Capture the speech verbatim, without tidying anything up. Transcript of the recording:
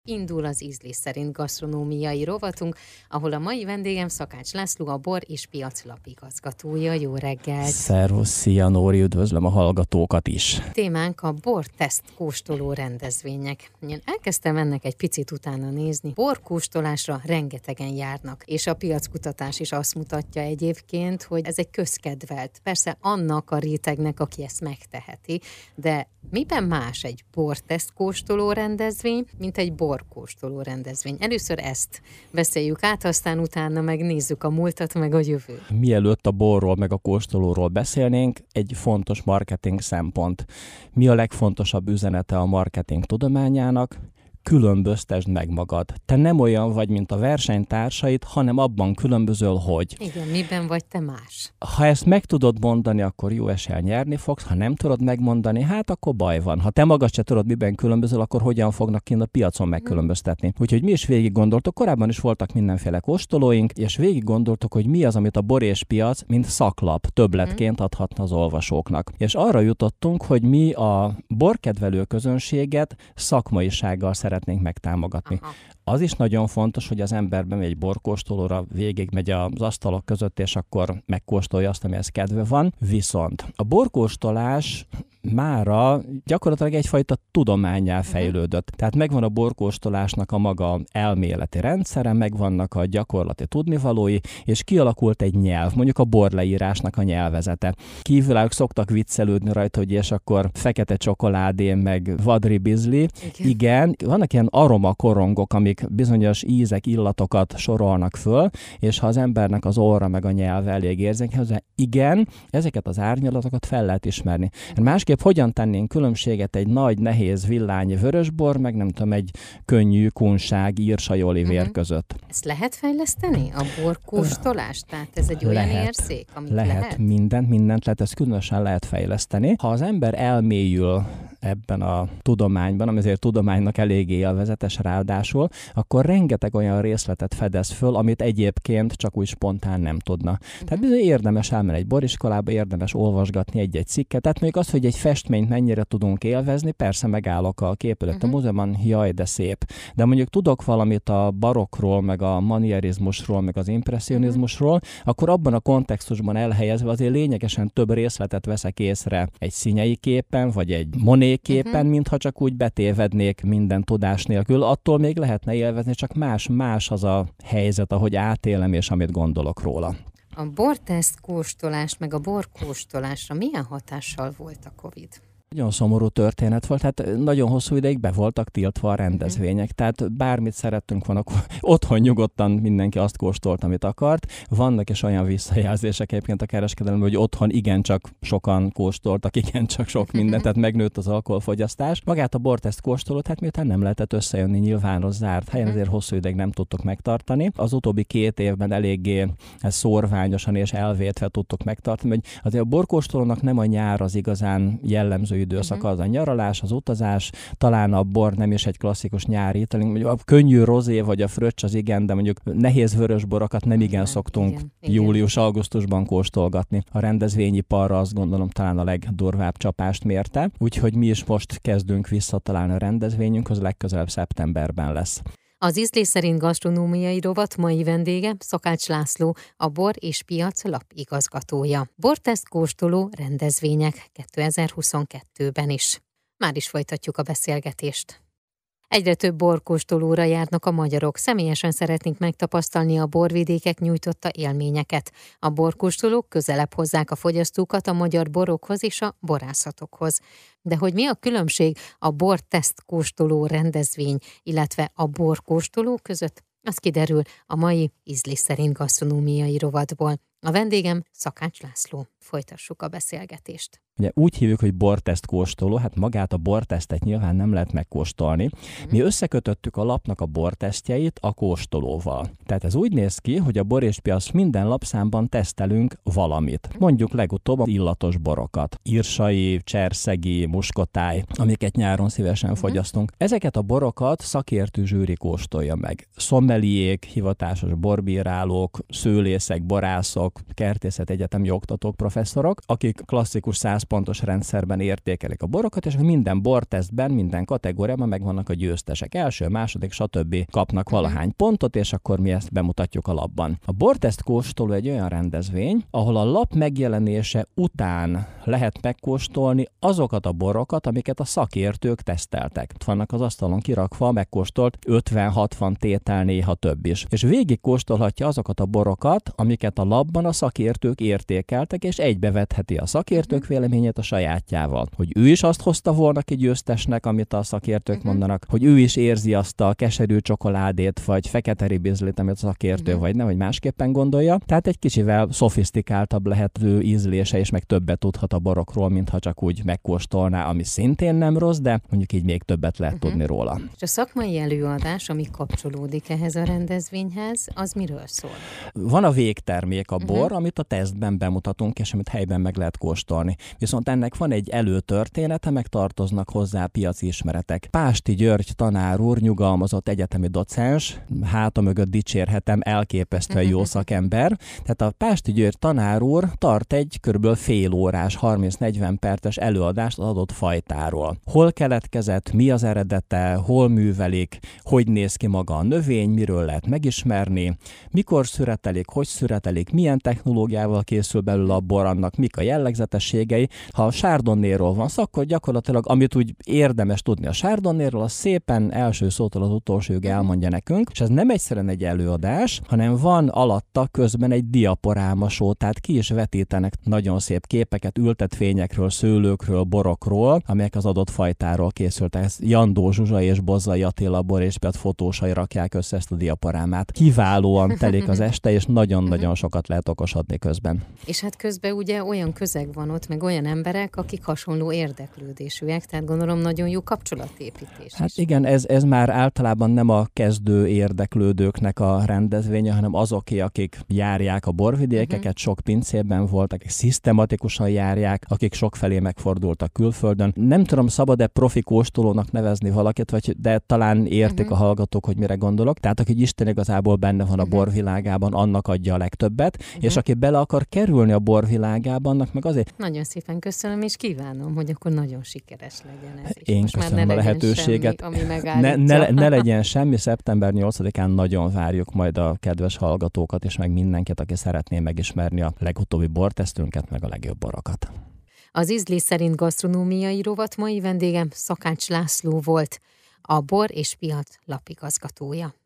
indul az ízlés szerint gasztronómiai rovatunk, ahol a mai vendégem Szakács László, a Bor és Piac lapigazgatója. Jó reggelt! Szervusz, szia Nóri, üdvözlöm a hallgatókat is! Témánk a borteszt kóstoló rendezvények. Én elkezdtem ennek egy picit utána nézni. Borkóstolásra rengetegen járnak, és a piackutatás is azt mutatja egyébként, hogy ez egy közkedvelt. Persze annak a rétegnek, aki ezt megteheti, de miben más egy borteszt kóstoló rendezvény, mint egy borkóstoló rendezvény? Először ezt beszéljük át, aztán utána megnézzük a múltat, meg a jövőt. Mielőtt a borról meg a kóstolóról beszélnénk, egy fontos marketing szempont. Mi a legfontosabb üzenete a marketing tudományának? Különböztesd meg magad. Te nem olyan vagy, mint a versenytársait, hanem abban különbözöl, hogy... Igen, miben vagy te más? Ha ezt meg tudod mondani, akkor jó eséllyel nyerni fogsz, ha nem tudod megmondani, hát akkor baj van. Ha te magad se tudod, miben különbözöl, akkor hogyan fognak kint a piacon megkülönböztetni. Úgyhogy mi is végig gondoltuk, korábban is voltak mindenféle kóstolóink, és végig gondoltuk, hogy mi az, amit a Bor és Piac, mint szaklap, többletként adhatna az olvasóknak. És arra jutottunk, hogy mi a borkedvelő közönséget szakmaisággal szeretnénk megtámogatni. Aha. Az is nagyon fontos, hogy az ember bemegy egy borkóstolóra, végig megy az asztalok között, és akkor megkóstolja azt, amihez kedve van. Viszont a borkóstolás mára gyakorlatilag egyfajta tudománnyá fejlődött. Tehát megvan a borkóstolásnak a maga elméleti rendszere, megvannak a gyakorlati tudnivalói, és kialakult egy nyelv, mondjuk a borleírásnak a nyelvezete. Kívülállók szoktak viccelődni rajta, hogy és akkor fekete csokoládé, meg vadri bizli. Igen. Igen, vannak ilyen aromakorongok, amik bizonyos ízek, illatokat sorolnak föl, és ha az embernek az orra meg a nyelve elég érzékeny, igen, ezeket az árnyalatokat fel lehet ismerni. Másképp hogyan tennénk különbséget egy nagy, nehéz, villányi vörösbor, meg nem tudom, egy könnyű kunság, írsai olivér uh-huh. között. Ezt lehet fejleszteni, a borkóstolást? Tehát ez egy olyan lehet, érzék, amit lehet? Lehet, mindent, mindent lehet, ezt különösen lehet fejleszteni. Ha az ember elmélyül ebben a tudományban, ami azért tudománynak eléggé élvezetes ráadásul, akkor rengeteg olyan részletet fedez föl, amit egyébként csak úgy spontán nem tudna. Uh-huh. Tehát bizony érdemes elmenni egy boriskolába, érdemes olvasgatni egy-egy cikket. Tehát mondjuk az, hogy egy festményt mennyire tudunk élvezni, persze megállok a kép előtt uh-huh. a múzeumban, jaj, de szép. De mondjuk tudok valamit a barokkról, meg a manierizmusról, meg az impresszionizmusról, uh-huh. akkor abban a kontextusban elhelyezve azért lényegesen több részletet veszek észre egy színyei képen, vagy egy Monet képen, uh-huh. mintha csak úgy betévednék minden tudás nélkül. Attól még lehetne élvezni, csak más-más az a helyzet, ahogy átélem, és amit gondolok róla. A borteszt kóstolás, meg a borkóstolásra milyen hatással volt a Covid? Nagyon szomorú történet volt, tehát nagyon hosszú ideig be voltak tiltva a rendezvények, mm. tehát bármit szerettünk volna, otthon nyugodtan mindenki azt kóstolt, amit akart. Vannak is olyan visszajelzések egyébként a kereskedelemben, hogy otthon igencsak sokan kóstoltak, igencsak sok mindent, tehát megnőtt az alkoholfogyasztás. Magát a borteszt kóstolót, hát miután nem lehetett összejönni nyilvános zárt helyen, ezért hosszú ideig nem tudtuk megtartani. Az utóbbi két évben eléggé szórványosan és elvétve tudtuk megtartani, hogy azért a borkóstolónak nem a nyár az igazán jellemző időszaka, az a nyaralás, az utazás, talán a bor nem is egy klasszikus nyári ital, mondjuk a könnyű rozé vagy a fröccs az igen, de mondjuk nehéz vörös borokat nem igen, igen szoktunk július-augusztusban kóstolgatni. A rendezvényiparra azt gondolom talán a legdurvább csapást mérte, úgyhogy mi is most kezdünk visszatalálni a rendezvényünk, az legközelebb szeptemberben lesz. Az ízlés szerint gasztronómiai rovat mai vendége Szakács László, a Bor és Piac lapigazgatója. Borteszt kóstoló rendezvények kétezer-huszonkettőben is. Már is folytatjuk a beszélgetést. Egyre több borkóstolóra járnak a magyarok. Személyesen szeretnénk megtapasztalni a borvidékek nyújtotta élményeket. A borkóstolók közelebb hozzák a fogyasztókat a magyar borokhoz és a borászatokhoz. De hogy mi a különbség a borteszt kóstoló rendezvény, illetve a borkóstoló között, az kiderül a mai ízlés szerint gasztronómiai rovatból. A vendégem Szakács László. Folytassuk a beszélgetést. Ugye úgy hívjuk, hogy borteszt kóstoló, hát magát a bortesztet nyilván nem lehet megkóstolni. Mm. Mi összekötöttük a lapnak a bortesztjeit a kóstolóval. Tehát ez úgy néz ki, hogy a Bor és Piac minden lapszámban tesztelünk valamit. Mondjuk legutóbb illatos borokat. Írsai, cserszegi, muskotáj, amiket nyáron szívesen mm. fogyasztunk. Ezeket a borokat szakértő zsűri kóstolja meg. Szomeliék, hivatásos borbírálók, szőlészek, borászok, kertészet egyetemi oktatók, professzorok, akik klasszikus száz pontos rendszerben értékelik a borokat, és minden bortesztben, minden kategóriában megvannak a győztesek. Első, második, stb. Kapnak valahány pontot, és akkor mi ezt bemutatjuk a labban. A borteszt kóstoló egy olyan rendezvény, ahol a lap megjelenése után lehet megkóstolni azokat a borokat, amiket a szakértők teszteltek. Vannak az asztalon kirakva, megkóstolt ötven-hatvan tétel, néha több is. És végig kóstolhatja azokat a borokat, amiket a labban a szakértők értékeltek, és egybevetheti a szakértők véleményét a sajátjával. Hogy ő is azt hozta volna ki győztesnek, amit a szakértők uh-huh. mondanak, hogy ő is érzi azt a keserű csokoládét, vagy fekete ribizlit, amit a szakértő uh-huh. vagy nem, vagy másképpen gondolja. Tehát egy kicsivel szofisztikáltabb lehet ő ízlése, és meg többet tudhat a borokról, mintha csak úgy megkóstolná, ami szintén nem rossz, de mondjuk így még többet lehet uh-huh. tudni róla. És a szakmai előadás, ami kapcsolódik ehhez a rendezvényhez, az miről szól? Van a végtermék, a bor, uh-huh. amit a tesztben bemutatunk, és amit helyben meg lehet kóstolni. Viszont ennek van egy előtörténete, meg tartoznak hozzá piaci ismeretek. Pásti György tanár úr, nyugalmazott egyetemi docens, háta mögött dicsérhetem, elképesztően jó szakember. Tehát a Pásti György tanár úr tart egy körülbelül fél órás, harminc-negyven perces előadást az adott fajtáról. Hol keletkezett, mi az eredete, hol művelik, hogy néz ki maga a növény, miről lehet megismerni, mikor szüretelik, hogy szüretelik, milyen technológiával készül belőle a bor, annak mik a jellegzetességei. Ha a Chardonnayról van szó, akkor gyakorlatilag, amit úgy érdemes tudni a Chardonnayról, az szépen első szótól az utolsóig elmondja nekünk, és ez nem egyszerűen egy előadás, hanem van alatta közben egy diaporámasó, tehát ki is vetítenek nagyon szép képeket ültetvényekről, szőlőkről, borokról, amelyek az adott fajtáról készültek. Ez Jandó Zsuzsa és Bozzai Attila bor és Piat fotósai rakják össze ezt a diaporámát. Kiválóan telik az este, és nagyon-nagyon sokat lehet okosodni közben. És hát közben ugye olyan közeg van ott, meg olyan emberek, akik hasonló érdeklődésűek, tehát gondolom nagyon jó kapcsolatépítés. Hát is. igen, ez, ez már általában nem a kezdő érdeklődőknek a rendezvénye, hanem azoké, akik járják a borvidékeket, uh-huh. sok pincében voltak, akik szisztematikusan járják, akik sokfelé megfordultak külföldön. Nem tudom, szabad-e profi kóstolónak nevezni valakit, vagy, de talán értik uh-huh. a hallgatók, hogy mire gondolok. Tehát aki Isten igazából benne van a uh-huh. borvilágában, annak adja a legtöbbet, uh-huh. és aki bele akar kerülni a borvilágában, annak meg azért. Nagyon szépen köszönöm, és kívánom, hogy akkor nagyon sikeres legyen ez is. Én most köszönöm már ne a lehetőséget. Semmi, ami ne, ne, ne legyen semmi, szeptember nyolcadikán nagyon várjuk majd a kedves hallgatókat, és meg mindenkit, aki szeretné megismerni a legutóbbi bortesztünket, meg a legjobb borokat. Az Ízlés szerint gasztronómiai rovat mai vendégem Szakács László volt, a Bor és Piac lapigazgatója.